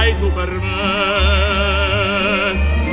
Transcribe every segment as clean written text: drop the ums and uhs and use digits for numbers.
fai tu per me.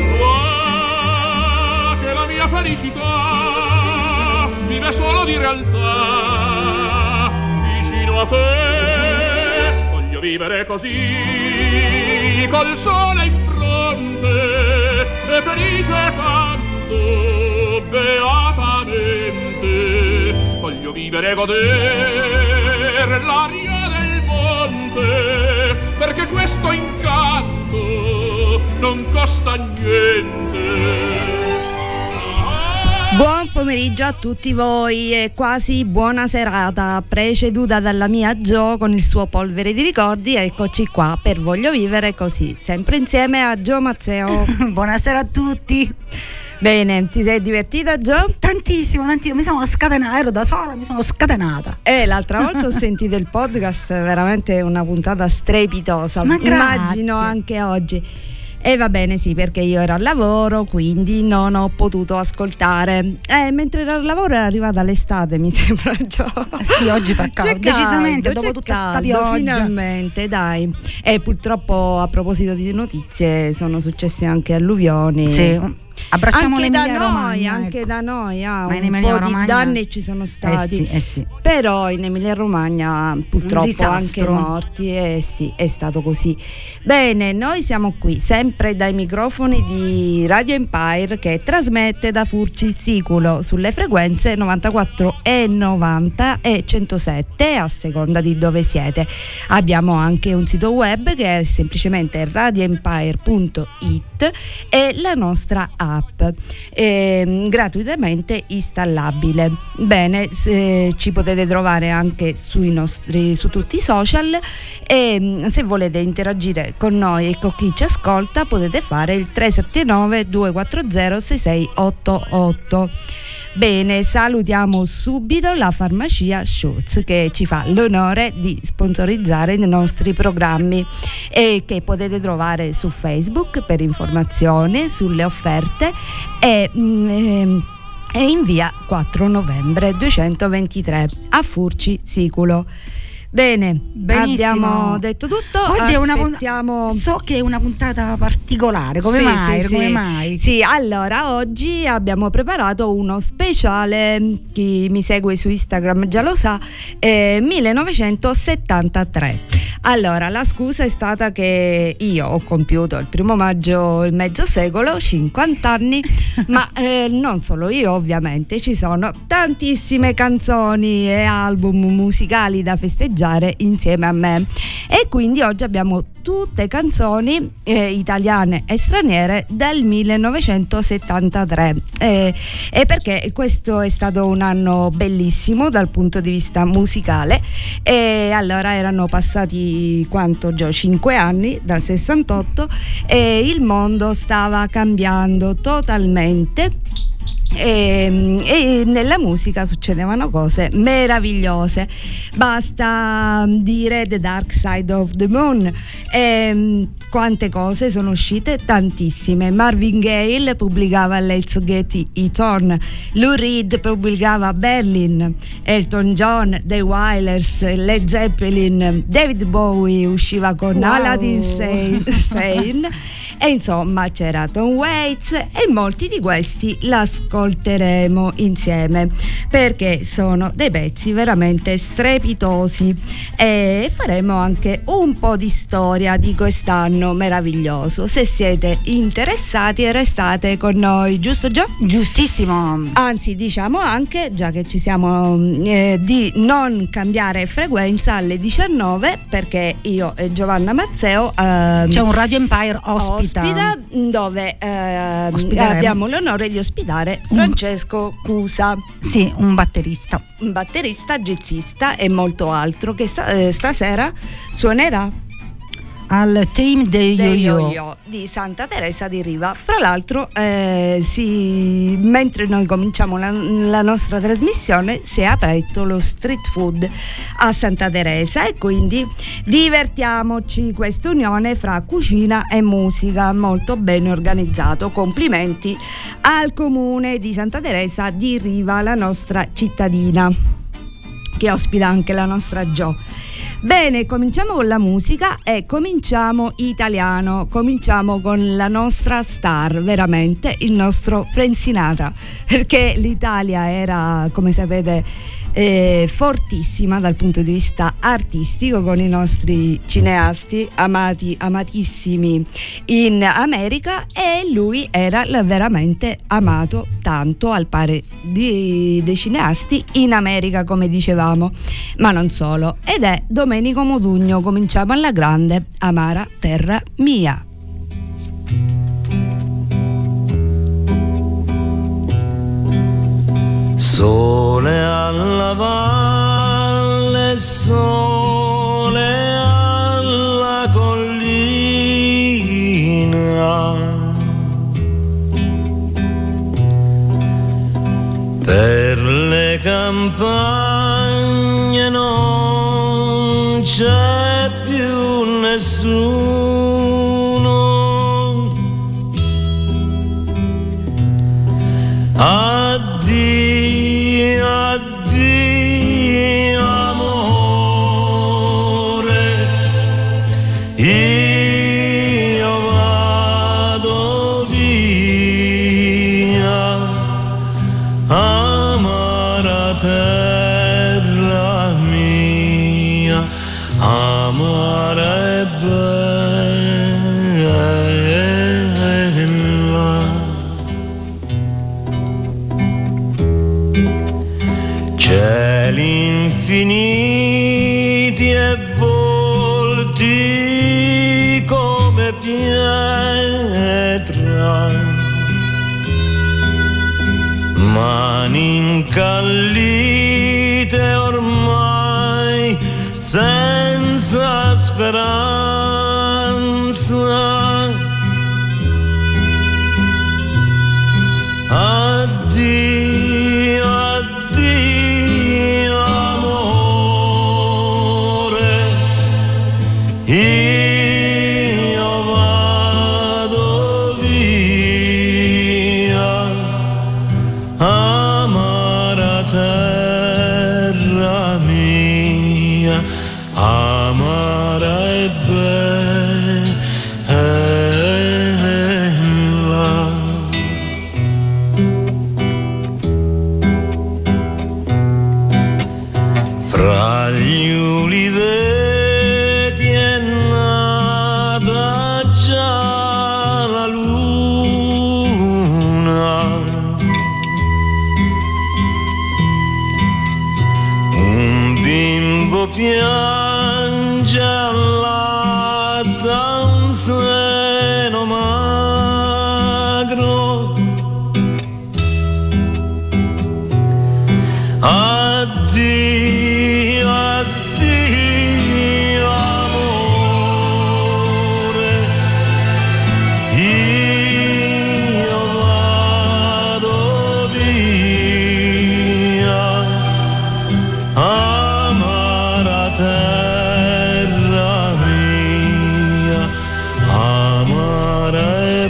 Ah, che la mia felicità vive solo di realtà vicino a te. Voglio vivere così, col sole in fronte, e felice canto beatamente. Voglio vivere e godere l'aria del monte, perché questo incanto non costa niente. Buon pomeriggio a tutti voi e quasi buona serata, preceduta dalla mia Gio con il suo polvere di ricordi. Eccoci qua per Voglio Vivere Così, sempre insieme a Gio Mazzeo. Buonasera a tutti. Bene, ti sei divertita, Gio? Tantissimo, mi sono scatenata, ero da sola, mi sono scatenata. L'altra volta ho sentito il podcast, veramente una puntata strepitosa. Ma grazie. Immagino anche oggi. E va bene, sì, perché io ero al lavoro, quindi non ho potuto ascoltare. Mentre ero al lavoro è arrivata l'estate, mi sembra, Gio. Sì, oggi fa caldo, decisamente, dopo tutta sta pioggia. Finalmente, dai. E purtroppo, a proposito di notizie, sono successe anche alluvioni. Sì. Abbracciamo anche l'Emilia Romagna, anche ecco. Da noi, Ma un po' di danni ci sono stati. Sì. Però in Emilia Romagna purtroppo anche morti, sì, è stato così. Bene, noi siamo qui sempre dai microfoni di Radio Empire, che trasmette da Furci Siculo sulle frequenze 94 e 90 e 107 a seconda di dove siete. Abbiamo anche un sito web che è semplicemente radioempire.it e la nostra app gratuitamente installabile. Bene, ci potete trovare anche su tutti i social, e se volete interagire con noi e con chi ci ascolta potete fare il 379 240 6688. Bene, salutiamo subito la farmacia Schutz, che ci fa l'onore di sponsorizzare i nostri programmi e che potete trovare su Facebook per informazioni sulle offerte e in via 4 novembre 223 a Furci Siculo. Bene, benissimo. Abbiamo detto tutto. Oggi so che è una puntata particolare. Come mai? Sì, allora oggi abbiamo preparato uno speciale, chi mi segue su Instagram già lo sa, 1973. Allora, la scusa è stata che io ho compiuto il 1 maggio il mezzo secolo, 50 anni, ma non solo io, ovviamente, ci sono tantissime canzoni e album musicali da festeggiare insieme a me, e quindi oggi abbiamo tutte canzoni italiane e straniere del 1973, e perché questo è stato un anno bellissimo dal punto di vista musicale. E allora erano passati 5 anni dal 68 e il mondo stava cambiando totalmente. E nella musica succedevano cose meravigliose, basta dire The Dark Side of the Moon, quante cose sono uscite, tantissime. Marvin Gaye pubblicava Let's Get It On, Lou Reed pubblicava Berlin, Elton John, The Wailers, Led Zeppelin, David Bowie usciva con Aladdin Sane e insomma c'era Tom Waits, e molti di questi l'ascolteremo insieme perché sono dei pezzi veramente strepitosi, e faremo anche un po' di storia di quest'anno meraviglioso. Se siete interessati restate con noi, giusto Gio? Giustissimo. Anzi, diciamo anche, già che ci siamo, di non cambiare frequenza alle 19, perché io e Giovanna Mazzeo c'è un Radio Empire ospita dove abbiamo l'onore di ospitare Francesco Cusa. Sì, un batterista, jazzista e molto altro, che stasera suonerà al team dei Yo-Yo di Santa Teresa di Riva. Fra l'altro, mentre noi cominciamo la nostra trasmissione, si è aperto lo street food a Santa Teresa, e quindi divertiamoci, questa unione fra cucina e musica, molto bene organizzato. Complimenti al comune di Santa Teresa di Riva, la nostra cittadina, che ospita anche la nostra Gio. Bene, cominciamo con la musica e cominciamo italiano, cominciamo con la nostra star, veramente, il nostro Frank Sinatra, perché l'Italia era, come sapete, fortissima dal punto di vista artistico, con i nostri cineasti amatissimi in America, e lui era veramente amato tanto al pari dei cineasti in America, come dicevamo, ma non solo, ed è Domenico Modugno. Cominciamo alla grande, Amara terra mia. Sole alla valle, sole alla collina, per le campagne non c'è più nessuno. Addio, addio amore, io vado via, amara terra mia, amara e bella. Cieli infiniti e volti come pietra, mani incallite ormai senza speranza. Addio, addio amore, io vado via, amara terra mia, amara e bella. Fra gli uliveti è nata già la luna, un bimbo piange allatta un seno magro. Addio, addio amore, io vado via, amara terra mia, amara e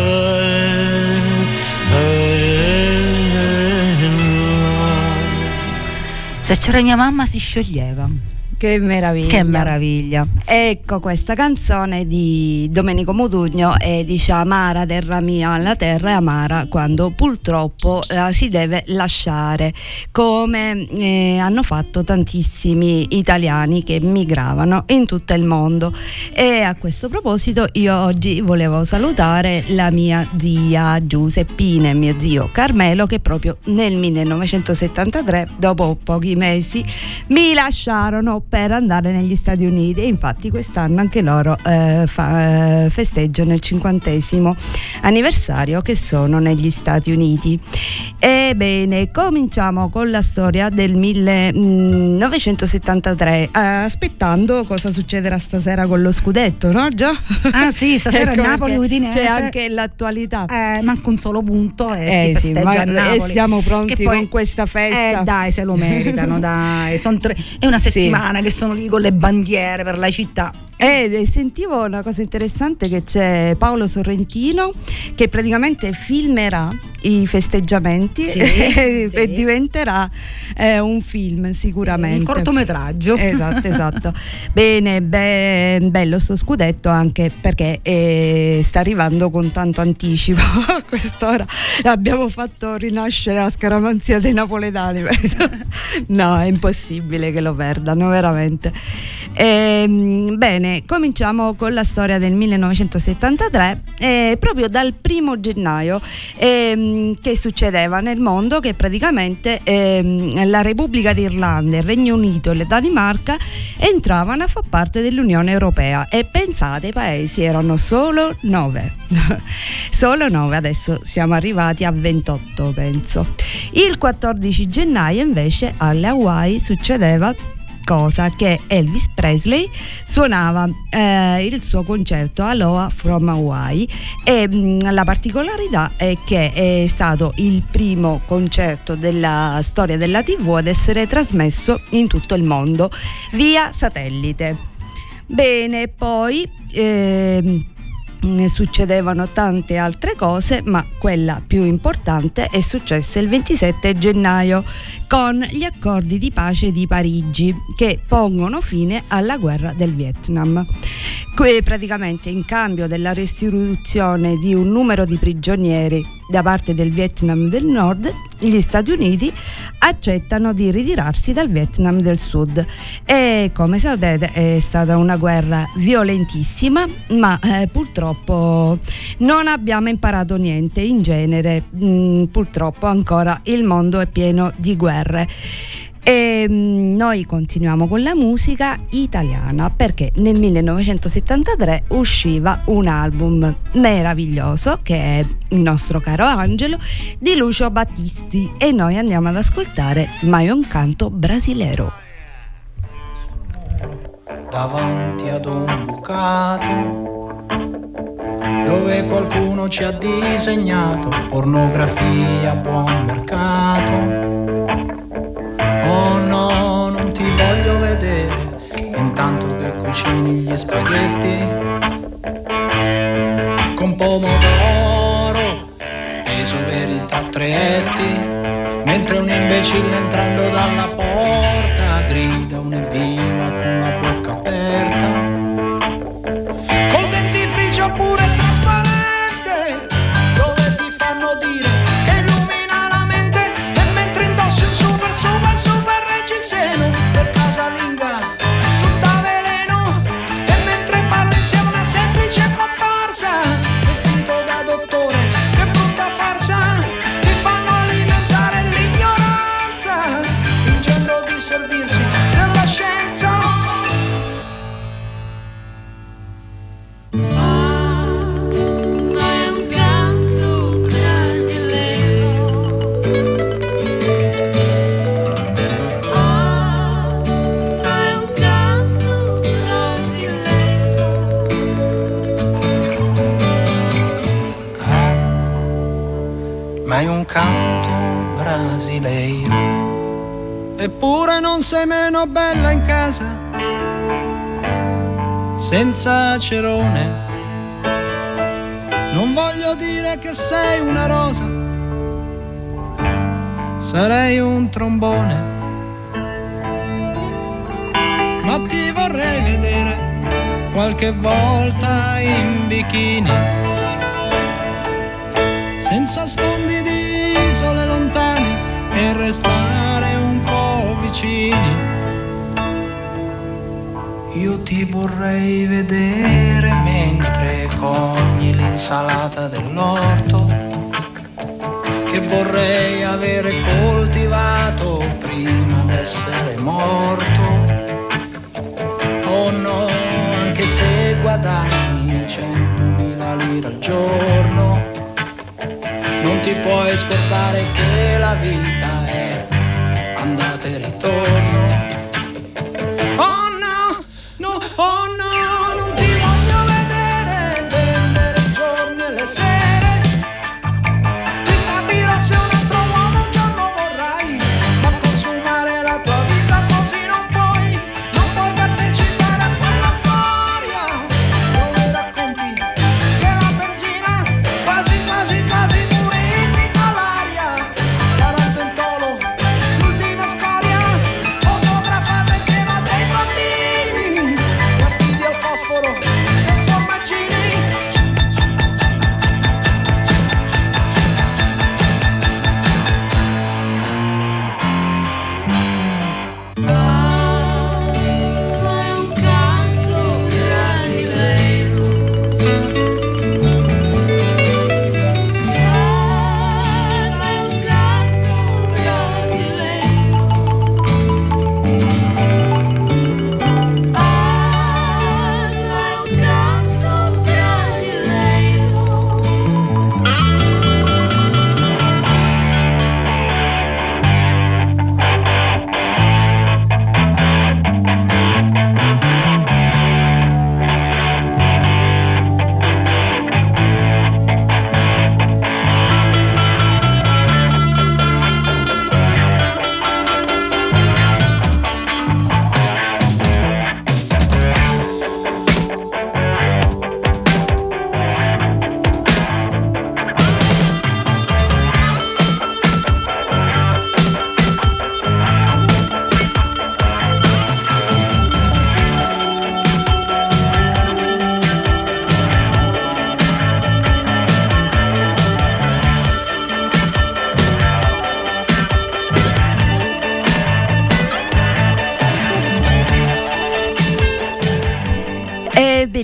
bella. Se c'era mia mamma si scioglieva. Che meraviglia. Che meraviglia. Ecco, questa canzone di Domenico Modugno dice: amara terra mia, la terra è amara quando purtroppo la si deve lasciare, come hanno fatto tantissimi italiani che migravano in tutto il mondo. E a questo proposito io oggi volevo salutare la mia zia Giuseppina e mio zio Carmelo, che proprio nel 1973, dopo pochi mesi, mi lasciarono per andare negli Stati Uniti, e infatti quest'anno anche loro festeggiano il 50° anniversario che sono negli Stati Uniti. Ebbene, cominciamo con la storia del 1973, aspettando cosa succederà stasera con lo scudetto, no Gio? Ah sì, stasera ecco, Napoli Udinese, c'è anche l'attualità, manca un solo punto e si festeggia a Napoli, e siamo pronti poi, con questa festa. Dai, se lo meritano, dai, è una settimana che sono lì con le bandiere per la città. E sentivo una cosa interessante, che c'è Paolo Sorrentino che praticamente filmerà i festeggiamenti e diventerà un film sicuramente, un cortometraggio. Esatto. Bene, bello sto scudetto, anche perché sta arrivando con tanto anticipo. A quest'ora abbiamo fatto rinascere la scaramanzia dei napoletani. No, è impossibile che lo perdano veramente. Bene, cominciamo con la storia del 1973, proprio dal 1 gennaio, che succedeva nel mondo, che praticamente la Repubblica d'Irlanda, il Regno Unito e la Danimarca entravano a far parte dell'Unione Europea, e pensate, i paesi erano solo 9. Solo 9, adesso siamo arrivati a 28 penso. Il 14 gennaio invece alle Hawaii succedeva cosa, che Elvis Presley suonava il suo concerto Aloha from Hawaii, e la particolarità è che è stato il primo concerto della storia della TV ad essere trasmesso in tutto il mondo via satellite. Bene, poi ne succedevano tante altre cose, ma quella più importante è successa il 27 gennaio con gli accordi di pace di Parigi, che pongono fine alla guerra del Vietnam. Qui praticamente, in cambio della restituzione di un numero di prigionieri da parte del Vietnam del Nord, gli Stati Uniti accettano di ritirarsi dal Vietnam del Sud. E come sapete è stata una guerra violentissima, ma purtroppo non abbiamo imparato niente. In genere purtroppo ancora il mondo è pieno di guerre. E noi continuiamo con la musica italiana, perché nel 1973 usciva un album meraviglioso, che è Il nostro caro Angelo di Lucio Battisti, e noi andiamo ad ascoltare Mai un canto brasilero. Davanti ad un bucato dove qualcuno ci ha disegnato pornografia a buon mercato. Oh no, non ti voglio vedere intanto che cucini gli spaghetti con pomodoro, peso verità 3 etti, mentre un imbecille entrando dalla porta grida un evviva con la bocca aperta, col dentifricio pure trasparente, dove ti fanno dire che illumina la mente, e mentre indossi un super reggiseno per casalinga tutta veleno, e mentre parli insieme una semplice comparsa vestito da dottore, che brutta farsa, ti fanno alimentare l'ignoranza fingendo di servirsi della scienza. Ma è un canto brasileiro. Eppure non sei meno bella in casa, senza cerone. Non voglio dire che sei una rosa, sarei un trombone. Ma ti vorrei vedere qualche volta in bikini, senza sfondi di isole lontane, e restare un po' vicini. Io ti vorrei vedere mentre cogli l'insalata dell'orto, che vorrei avere coltivato prima d'essere morto. Oh no, anche se guadagni 100.000 lire al giorno, non ti puoi scordare che la vita è andata e ritorno. Oh no, no, oh no, non ti voglio vedere vendere i giorni e le sere. Ti capirò se un altro uomo un giorno vorrai, ma consumare la tua vita così non puoi partecipare a quella storia.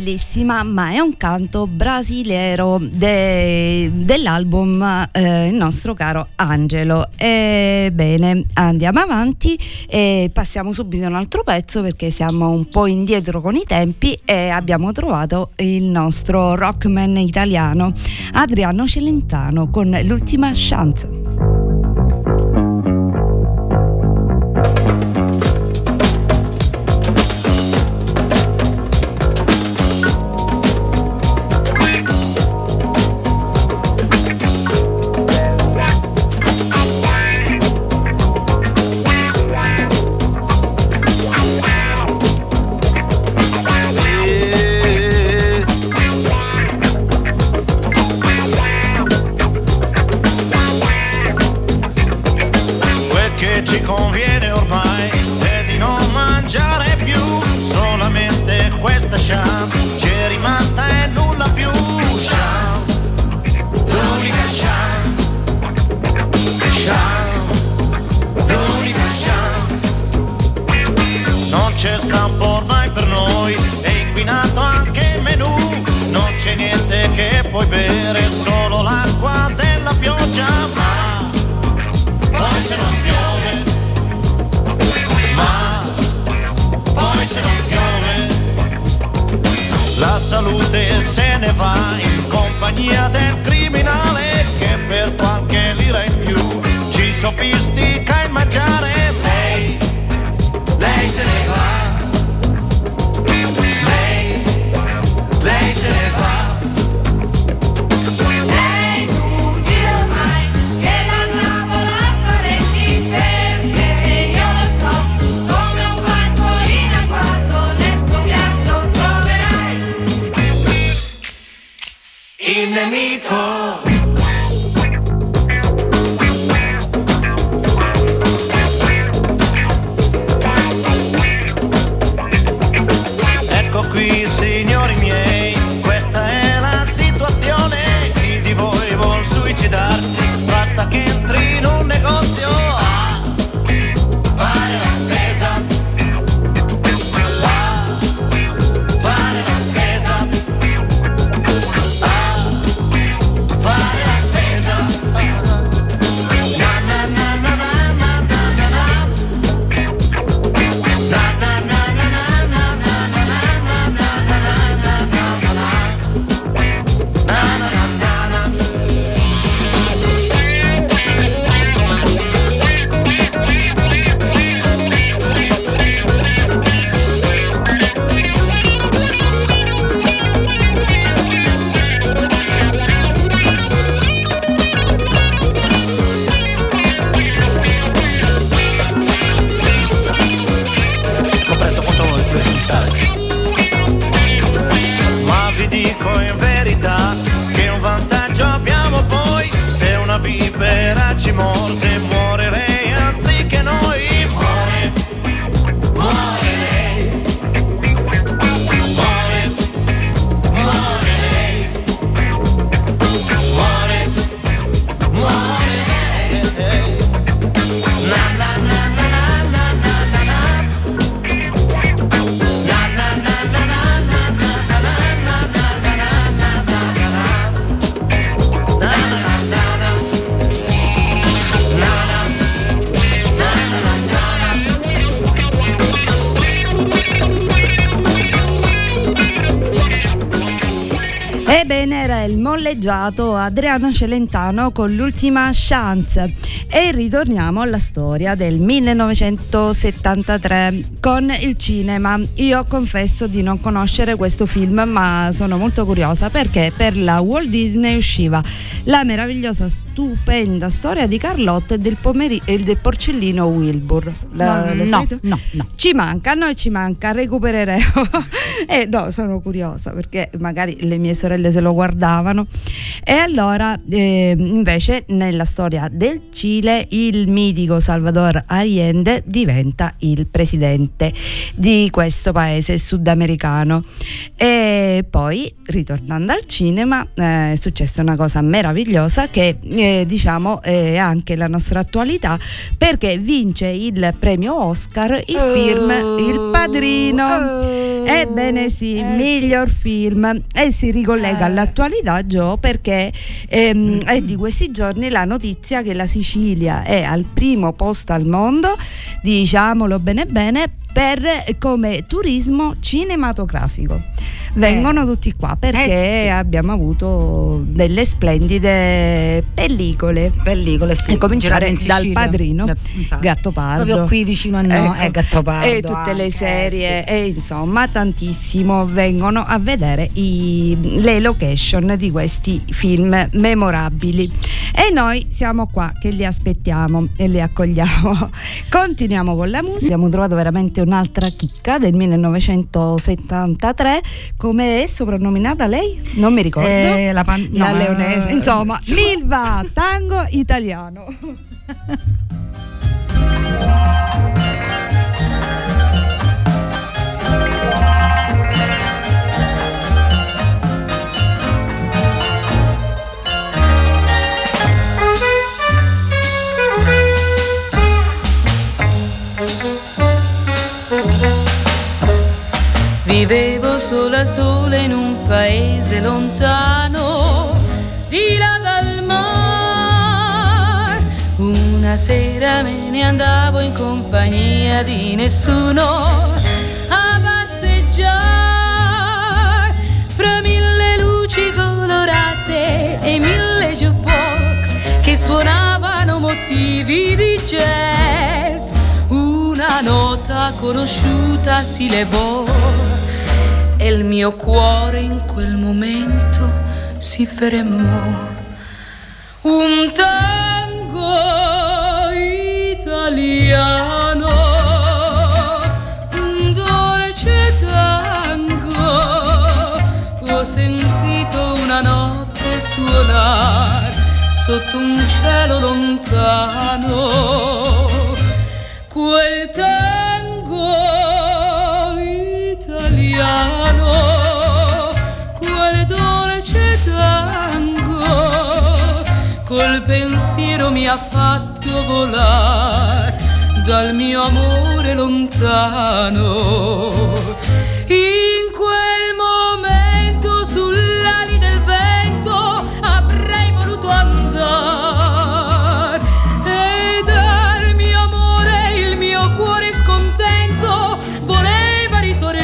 bellissima, ma è un canto brasileiro dell'album il nostro caro Angelo. Bene, andiamo avanti e passiamo subito a un altro pezzo, perché siamo un po' indietro con i tempi e abbiamo trovato il nostro rockman italiano Adriano Celentano con L'ultima chance. Puoi bere solo l'acqua della pioggia, ma poi se non piove, ma poi se non piove, la salute se ne va in compagnia del criminale che per qualche lira in più ci sofistica il mangiare. Lei se ne va, lei se ne va. Il nemico. Ecco qui, signori miei, questa è la situazione. Chi di voi vuol suicidarsi, basta che entri in un negozio a fare la spesa, a fare la spesa, fare la spesa. Na na na na na na na na na. Na na na na na na na na na na na Scoperto contro voi per risultare. Ma vi dico in verità che un vantaggio abbiamo poi: se una vipera ci morde, muore lei anziché noi. Muore lei, muore lei, muore lei. Na na na na na na na na. Na na na na na na na na na na na na. Ebbene, era il molleggiato Adriano Celentano con L'ultima chance. E ritorniamo alla storia del 1973 con il cinema. Io confesso di non conoscere questo film, ma sono molto curiosa perché per la Walt Disney usciva la meravigliosa, stupenda storia di Carlotta e del porcellino Wilbur. No. Ci manca, recupereremo. No, sono curiosa perché magari le mie sorelle se lo guardavano. E allora invece nella storia del Cile il mitico Salvador Allende diventa il presidente di questo paese sudamericano. E poi, ritornando al cinema, è successa una cosa meravigliosa, che diciamo anche la nostra attualità, perché vince il premio Oscar il film Il Padrino. Ebbene sì, miglior film, e si ricollega all'attualità, Gio, perché è di questi giorni la notizia che la Sicilia è al primo posto al mondo, diciamolo bene bene, come turismo cinematografico. Vengono tutti qua perché abbiamo avuto delle splendide pellicole, sì, e cominciare dal Padrino, Gattopardo, proprio qui vicino a noi, Gattopardo, e tutte le serie, e insomma tantissimo vengono a vedere le location di questi film memorabili, e noi siamo qua che li aspettiamo e li accogliamo. Continuiamo con la musica. Abbiamo trovato veramente un'altra chicca del 1973. Come è soprannominata lei? Non mi ricordo. La leonese. Insomma, Milva, Tango Italiano. Vivevo sola in un paese lontano, di là dal mar. Una sera me ne andavo in compagnia di nessuno a passeggiare fra 1000 luci colorate e 1000 jukebox che suonavano motivi di jazz. Una nota conosciuta si levò e il mio cuore in quel momento si fermò. Un tango italiano, un dolce tango, ho sentito una notte suonare sotto un cielo lontano. Quel tango italiano, quel dolce tango, col pensiero mi ha fatto volare dal mio amore lontano. In quel momento sull'ali del vento avrei voluto andare e dal mio amore il mio cuore scontento voleva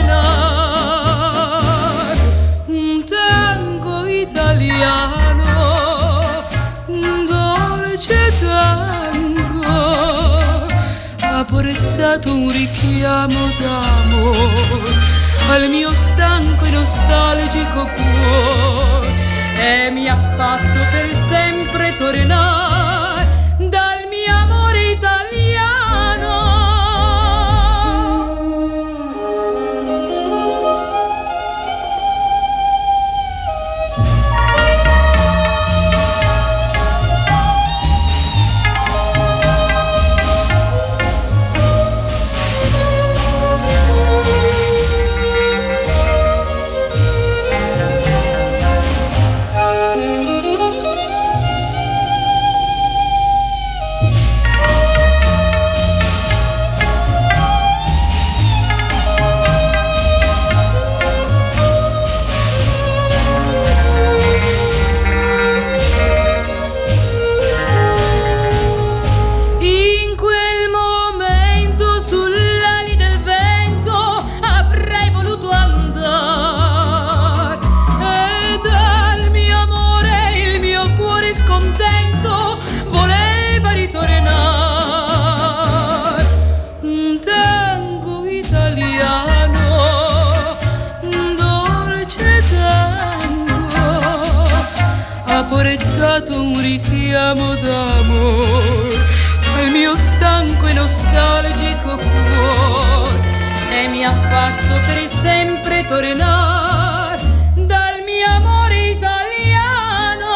ritornare. Un tango italiano, un dolce tango, ha portato un richiamo d'amore al mio stanco e nostalgico cuore e mi ha fatto per sempre tornare dal mio amore italiano. Un richiamo d'amore al mio stanco e nostalgico cuore e mi ha fatto per sempre tornare dal mio amore italiano.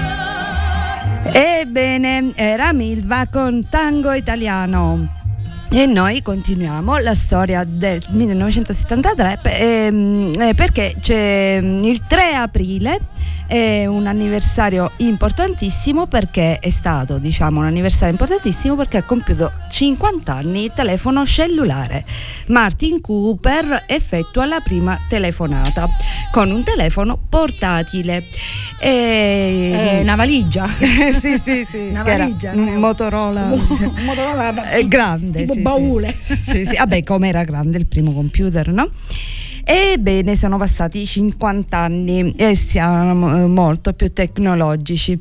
Ebbene, era Milva con Tango Italiano. E noi continuiamo la storia del 1973 perché c'è il 3 aprile, è un anniversario importantissimo, perché è stato, diciamo, un anniversario importantissimo perché ha compiuto 50 anni il telefono cellulare. Martin Cooper effettua la prima telefonata con un telefono portatile. Una valigia. Sì, una valigia, un Motorola grande, tipo sì, baule. Sì. Vabbè, come era grande il primo computer, no? Ebbene, sono passati 50 anni e siamo molto più tecnologici.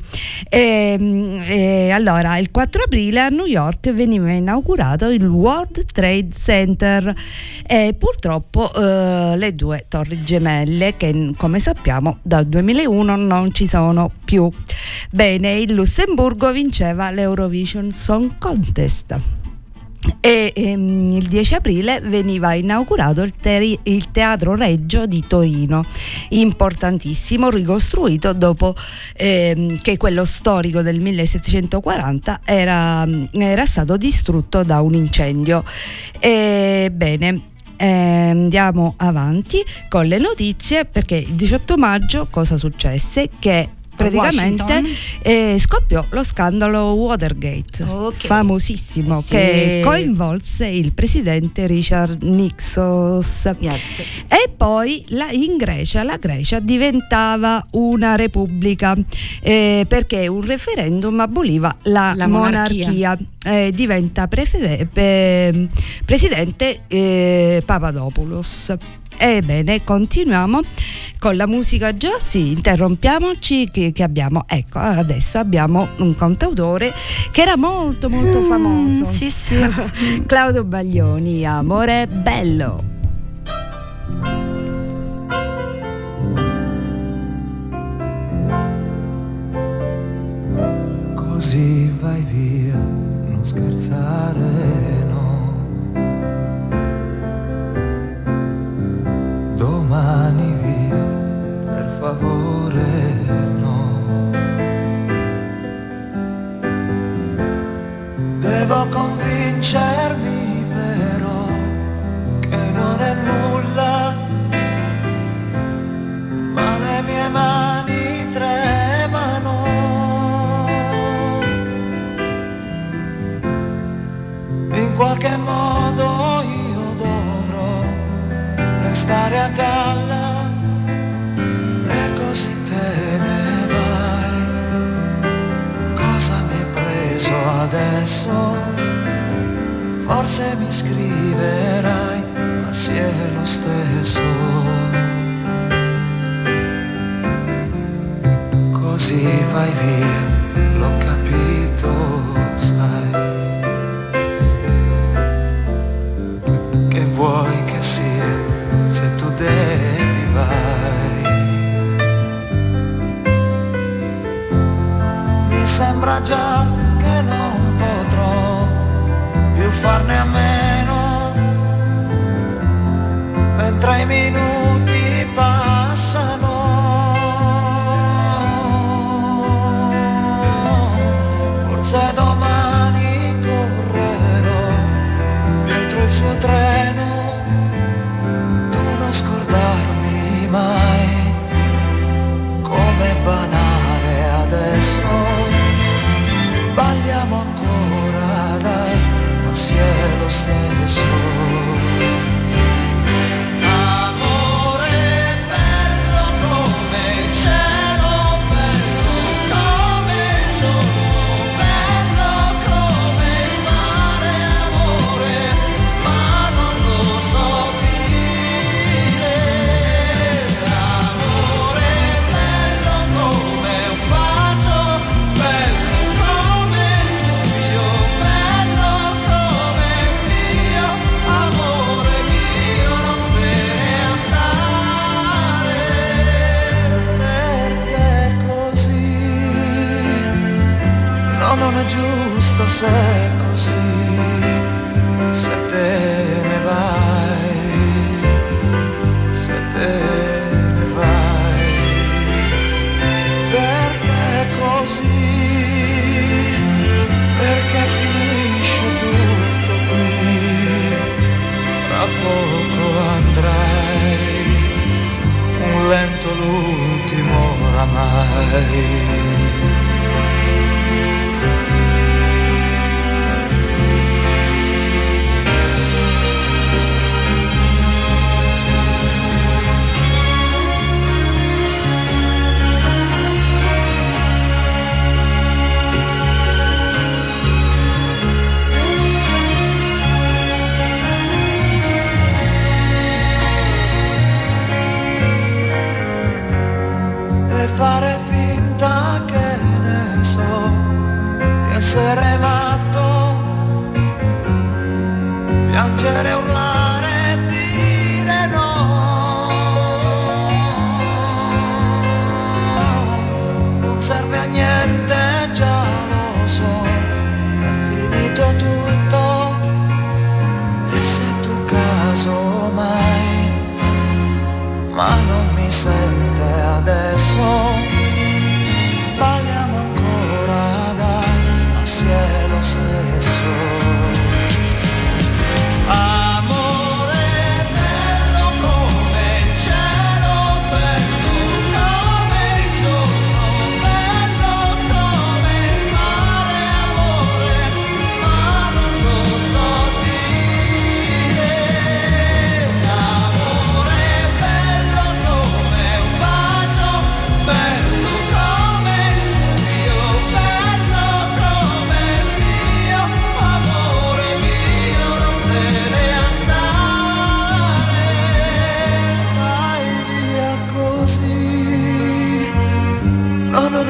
Allora, il 4 aprile a New York veniva inaugurato il World Trade Center e purtroppo le due torri gemelle, che come sappiamo dal 2001 non ci sono più. Bene, il Lussemburgo vinceva l'Eurovision Song Contest. E il 10 aprile veniva inaugurato il Teatro Regio di Torino, importantissimo, ricostruito dopo che quello storico del 1740 era stato distrutto da un incendio. Bene, andiamo avanti con le notizie, perché il 18 maggio cosa successe? Che praticamente scoppiò lo scandalo Watergate, famosissimo, sì, che coinvolse il presidente Richard Nixon. Yes. E poi in Grecia, la Grecia diventava una repubblica perché un referendum aboliva la monarchia. Diventa presidente Papadopoulos. Ebbene, continuiamo con la musica. Già sì, interrompiamoci che abbiamo, ecco, adesso abbiamo un cantautore che era molto famoso. Sì. Claudio Baglioni, Amore bello. Così vai via, non scherzare, no. Domani via, per favore, no. Devo convincermi però che non è nulla, ma le mie mani tremano. In qualche modo io dovrò restare a galla, e così te ne vai. Cosa mi hai preso adesso? Forse mi scriverai, ma sì è lo stesso. Così vai via, l'ho capito, sai. Che vuoi che sia, se tu devi vai. Mi sembra già che non potrò più farne a meno, mentre i minuti passano. Forse domani correrò dietro il suo treno. Scordarmi mai, come banale adesso. Balliamo ancora, dai, ma sì è lo stesso. Amore bello come il cielo, bello come il giorno, bello come il mare, amore, ma non lo so dire. Amore bello come un bacio, bello come il buio, bello come Dio, amore mio, non te ne andare, perché così, no, non è giusto se è così, se te ne vai, se te ne vai, perché così, perché finisce tutto qui.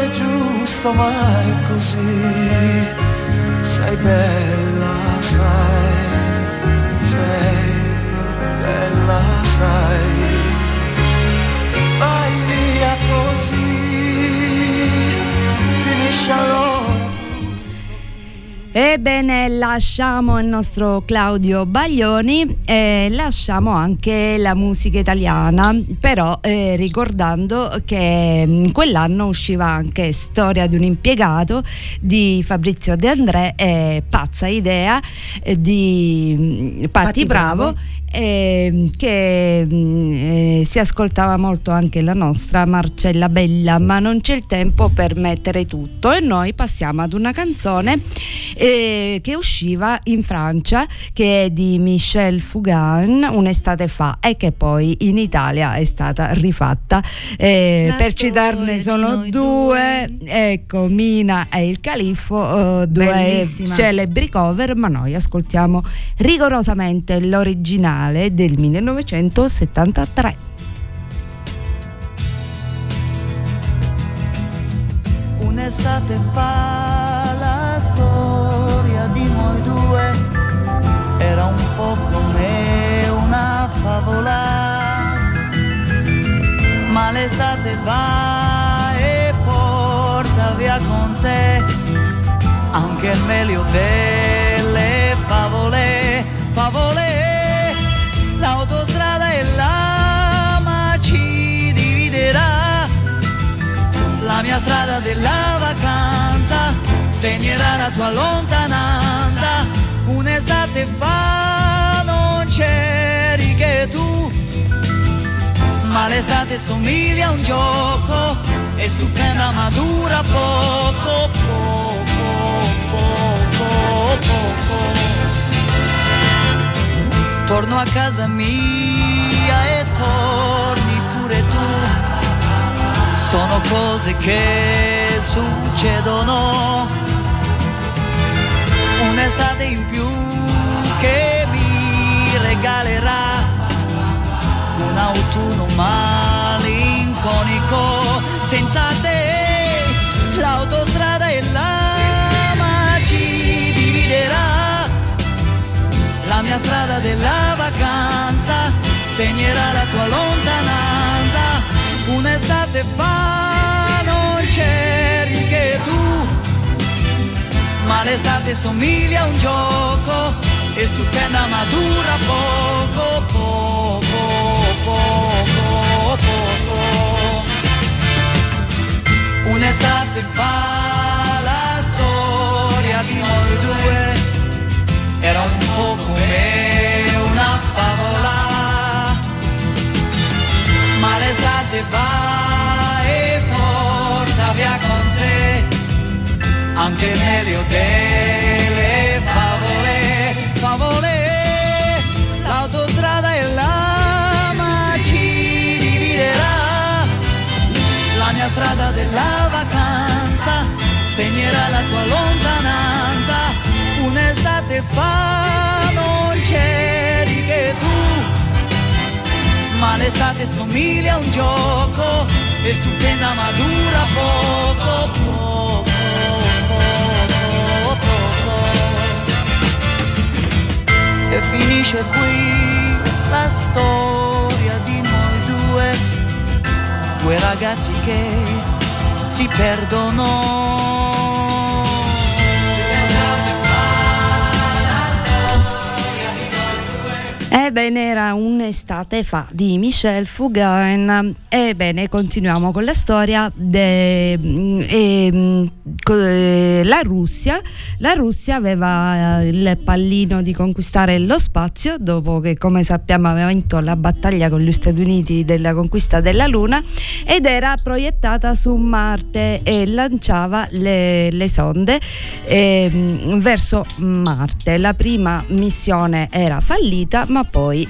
è giusto, ma è così. Sei bella, sai, sei bella, sai. Vai via così, finisce allora. Ebbene, lasciamo il nostro Claudio Baglioni e lasciamo anche la musica italiana, però ricordando che quell'anno usciva anche Storia di un impiegato di Fabrizio De André e Pazza idea di Patti Bravo, che si ascoltava molto anche la nostra Marcella Bella, ma non c'è il tempo per mettere tutto e noi passiamo ad una canzone che usciva in Francia, che è di Michel Fugain un'estate fa e che poi in Italia è stata rifatta, per citarne sono due, ecco, Mina e il Califfo, due bellissima, celebri cover, ma noi ascoltiamo rigorosamente l'originale del 1973. Un'estate fa la storia di noi due era un po' come una favola, ma l'estate va e porta via con sé anche il meglio delle favole, favole. L'autostrada e l'ama ci dividerà, la mia strada della vacanza segnerà la tua lontananza. Un'estate fa non c'eri che tu, ma l'estate somiglia a un gioco, è stupenda ma dura poco, poco, poco, poco. Torno a casa mia e torni pure tu, sono cose che succedono. Un'estate in più che mi regalerà un autunno malinconico. Senza te l'autostrada e l'ama ci dividerà, la mia strada della vacanza segnerà la tua lontananza. Un'estate fa non c'eri che tu, ma l'estate somiglia a un gioco, è stupenda ma dura poco, poco, poco, poco. Un'estate fa la storia di noi due era un po' come una favola, ma l'estate va e porta via con sé anche il meglio delle favole, favole. L'autostrada e l'ama ci dividerà, la mia strada della vacanza segnerà la tua lontananza. Un'estate fa non c'eri che tu, ma l'estate somiglia a un gioco, è stupenda ma dura poco, poco, poco, poco. E finisce qui la storia di noi due, due ragazzi che si perdono. Ebbene, era un'estate fa di Michel Fugain. Ebbene, continuiamo con la storia la Russia. La Russia aveva il pallino di conquistare lo spazio dopo che, come sappiamo, aveva vinto la battaglia con gli Stati Uniti della conquista della Luna, ed era proiettata su Marte e lanciava le sonde verso Marte. La prima missione era fallita, ma poi poi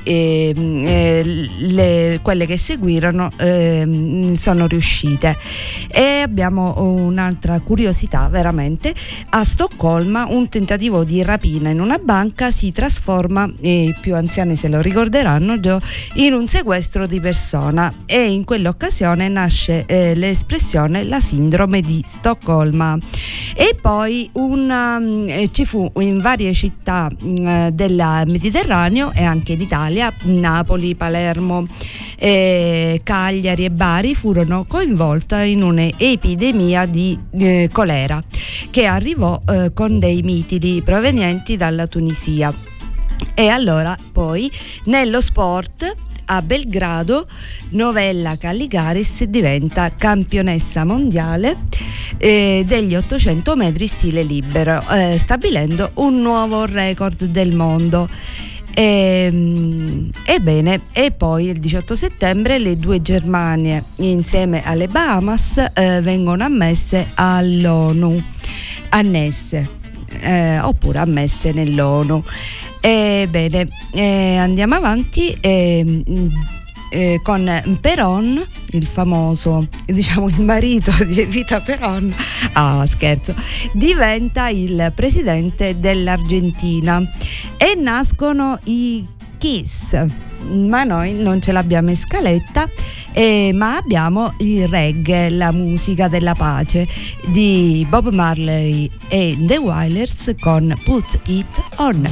quelle che seguirono sono riuscite. E abbiamo un'altra curiosità, veramente: a Stoccolma un tentativo di rapina in una banca si trasforma, i più anziani se lo ricorderanno già, in un sequestro di persona, e in quell'occasione nasce l'espressione la sindrome di Stoccolma. E poi ci fu in varie città del Mediterraneo e anche in Italia, Napoli, Palermo, Cagliari e Bari furono coinvolte in un'epidemia di colera che arrivò con dei mitili provenienti dalla Tunisia. E allora poi nello sport, a Belgrado, Novella Calligaris diventa campionessa mondiale degli 800 metri stile libero, stabilendo un nuovo record del mondo. Ebbene, e poi il 18 settembre le due Germanie insieme alle Bahamas vengono ammesse all'ONU, oppure ammesse nell'ONU. Bene, andiamo avanti con Perón, il famoso, diciamo il marito di Evita Perón, scherzo, diventa il presidente dell'Argentina e nascono i Kiss. Ma noi non ce l'abbiamo in scaletta, ma abbiamo il reggae, la musica della pace di Bob Marley e The Wailers con Put It On.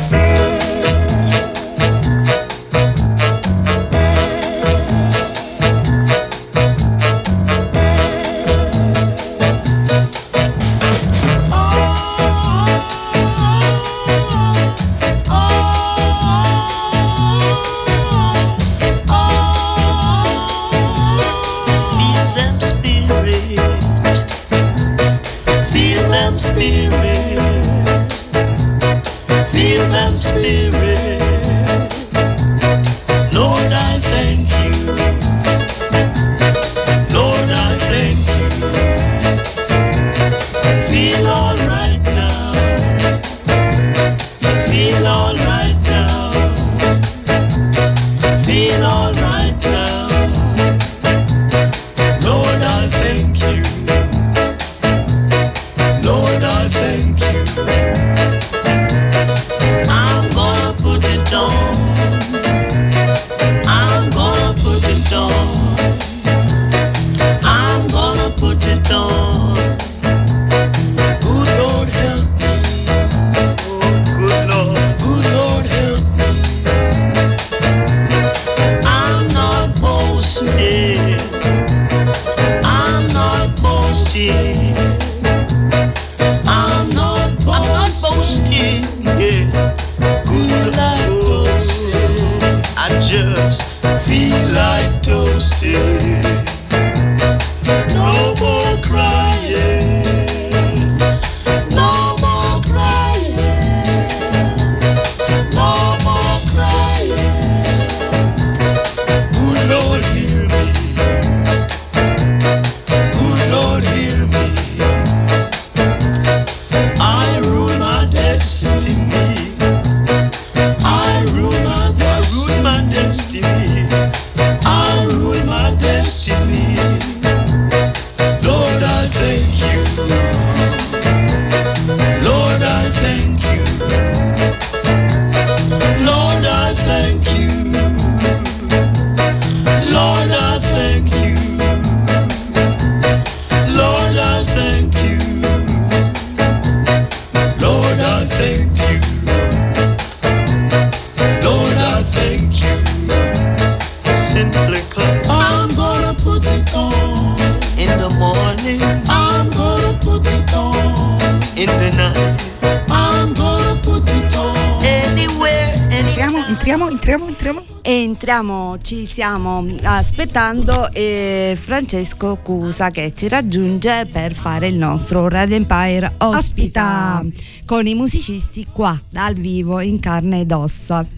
Entriamo, ci stiamo aspettando Francesco Cusa che ci raggiunge per fare il nostro Radio Empire Ospita con i musicisti qua dal vivo in carne ed ossa.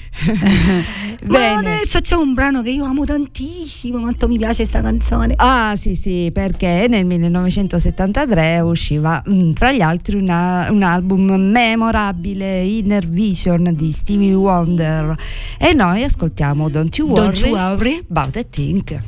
Ma adesso c'è un brano che io amo tantissimo, quanto mi piace sta canzone. Ah sì, perché nel 1973 usciva fra gli altri un album memorabile, Inner Vision di Stevie Wonder, e noi ascoltiamo Don't You Worry About a Thing.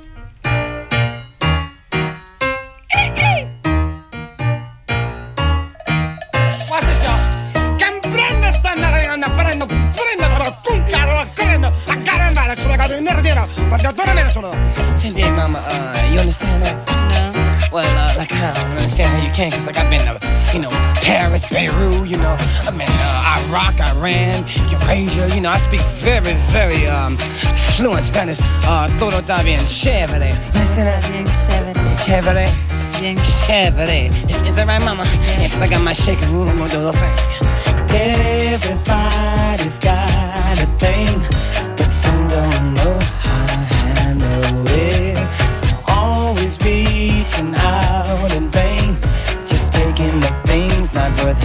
Senti, mama, you understand that? No. Well, like I don't understand how you can, cause like I've been to, Paris, Beirut, I've been Iraq, Iran, Eurasia, I speak very, very fluent Spanish. Todo está bien chévere. You understand that? Bien chévere. Bien chévere. Is that right, mama? Yeah, cause I got my shaking room, I'm gonna do the thing. Everybody's got a thing, but some don't know how to handle it. Always reaching out in vain, just taking the things not worth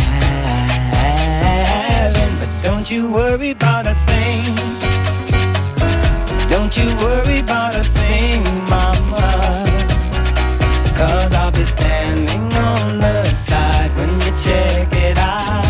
having. But don't you worry about a thing. Don't you worry about a thing, mama, cause I'll be standing on the side when you check it out.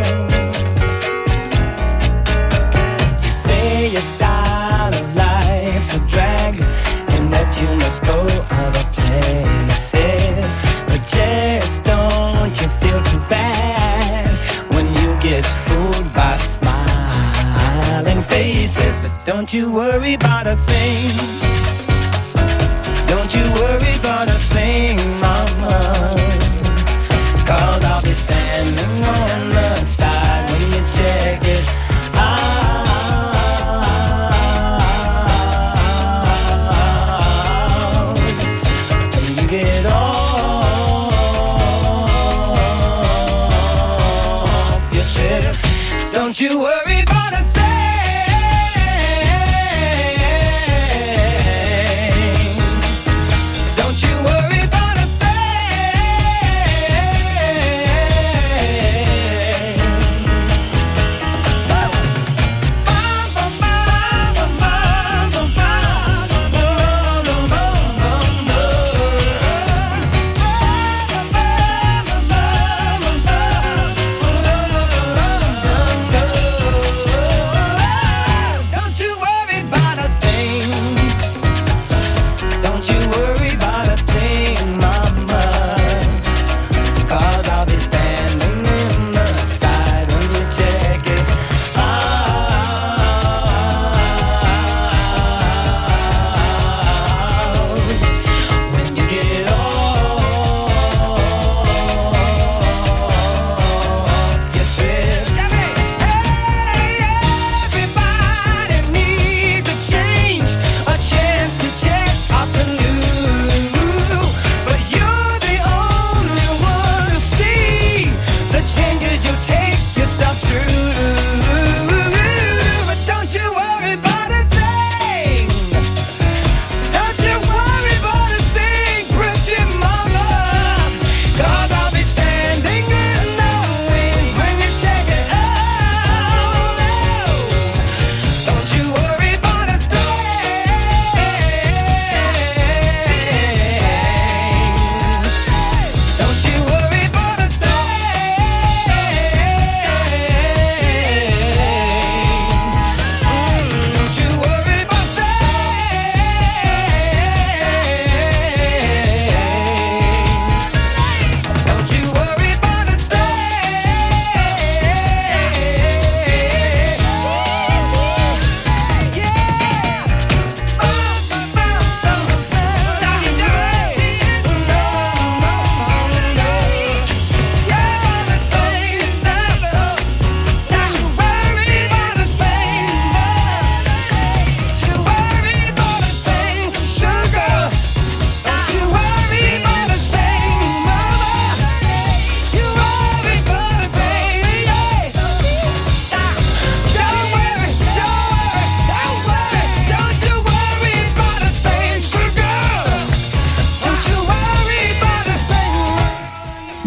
You say your style of life's a drag and that you must go other places, but just don't you feel too bad when you get fooled by smiling faces. But don't you worry about a thing. Don't you worry about a thing, mama, cause I'll be standing on the side when you check it out. When you get off your chair, don't you worry about a thing.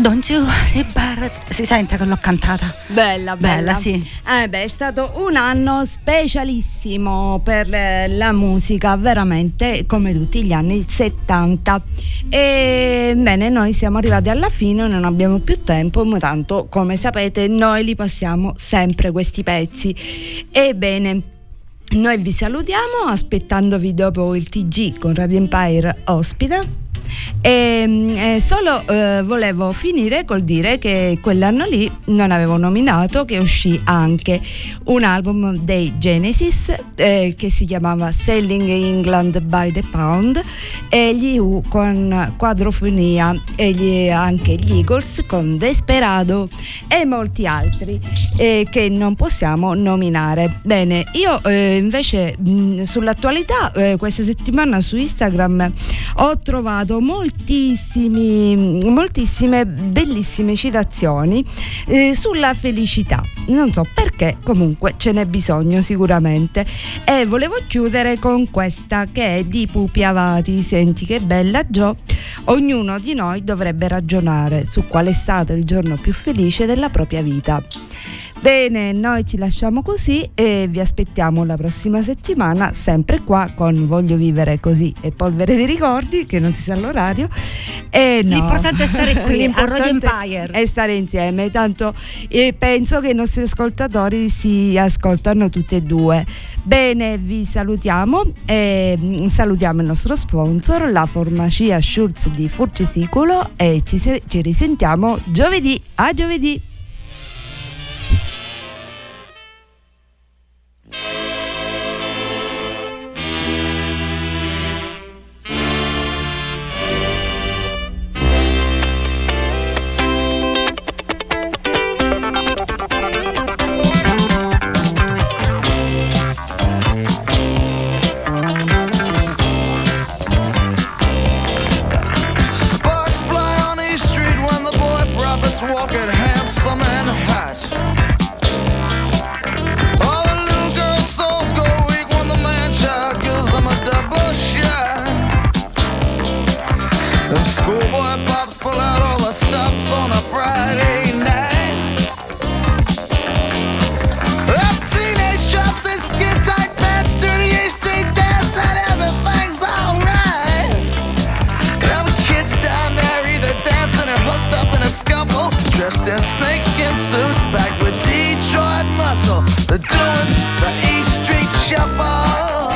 Don't you si sente che l'ho cantata. Bella, sì. È stato un anno specialissimo per la musica, veramente, come tutti gli anni 70. E bene, noi siamo arrivati alla fine, non abbiamo più tempo, ma tanto, come sapete, noi li passiamo sempre questi pezzi. Ebbene, noi vi salutiamo aspettandovi dopo il TG con Radio Empire ospite. E solo volevo finire col dire che quell'anno lì non avevo nominato che uscì anche un album dei Genesis che si chiamava Selling England by the Pound, e gli Who con Quadrofonia, e anche gli Eagles con Desperado e molti altri che non possiamo nominare. Bene, io invece sull'attualità questa settimana su Instagram ho trovato moltissime bellissime citazioni sulla felicità. Non so perché, comunque ce n'è bisogno sicuramente, e volevo chiudere con questa che è di Pupi Avati. Senti che bella, Gio. Ognuno di noi dovrebbe ragionare su qual è stato il giorno più felice della propria vita. Bene, noi ci lasciamo così e vi aspettiamo la prossima settimana, sempre qua con Voglio vivere così e Polvere dei ricordi, che non si sa l'orario. E no, l'importante è stare qui a Radio Empire e stare insieme. Tanto penso che i nostri ascoltatori si ascoltano tutti e due. Bene, vi salutiamo e salutiamo il nostro sponsor, la farmacia Schulz di Furcisicolo, e ci risentiamo giovedì. A giovedì. Walking handsome and hot. All the little girl souls go weak when the man child gives them a double shot. The schoolboy pops pull out all the stops on a Friday night. The teenage drops their skin tight pants to the 8th Street dance and everything's alright. Them kids down there either dancing or hooked up in a scuffle, dressed in snakeskin suits, packed with Detroit muscle. They're doing the East Street Shuffle.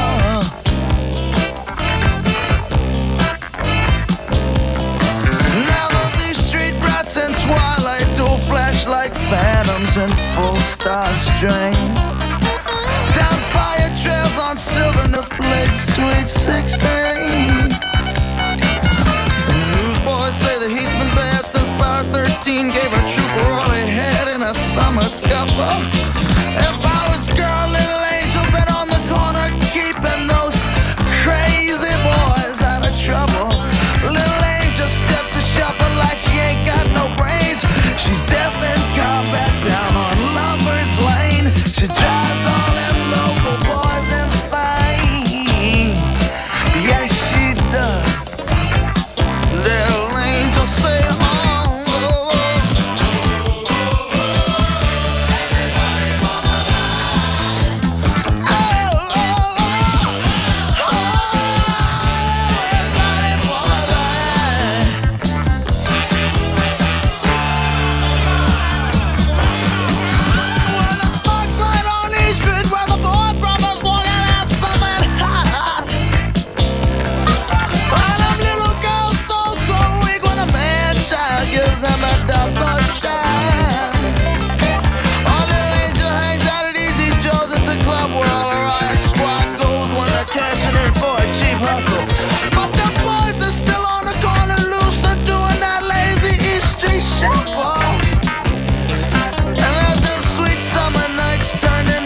Now those East Street brats in twilight do flash like phantoms in full star strain. Down fire trails on Sylvanus Plate, Sweet 16. Newsboys say the heat's been bad since Bar 13 gave a trooper all he had in a summer scuffle. If I was girl, little angel, been on the corner keeping those crazy boys out of trouble. Little angel steps a shuffle like she ain't got no brains. She's deaf in combat down on Lover's Lane. She drives all them local boys insane. Yeah, she does. Little angel say home.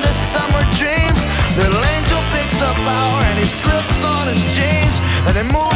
Slips on his jeans and they move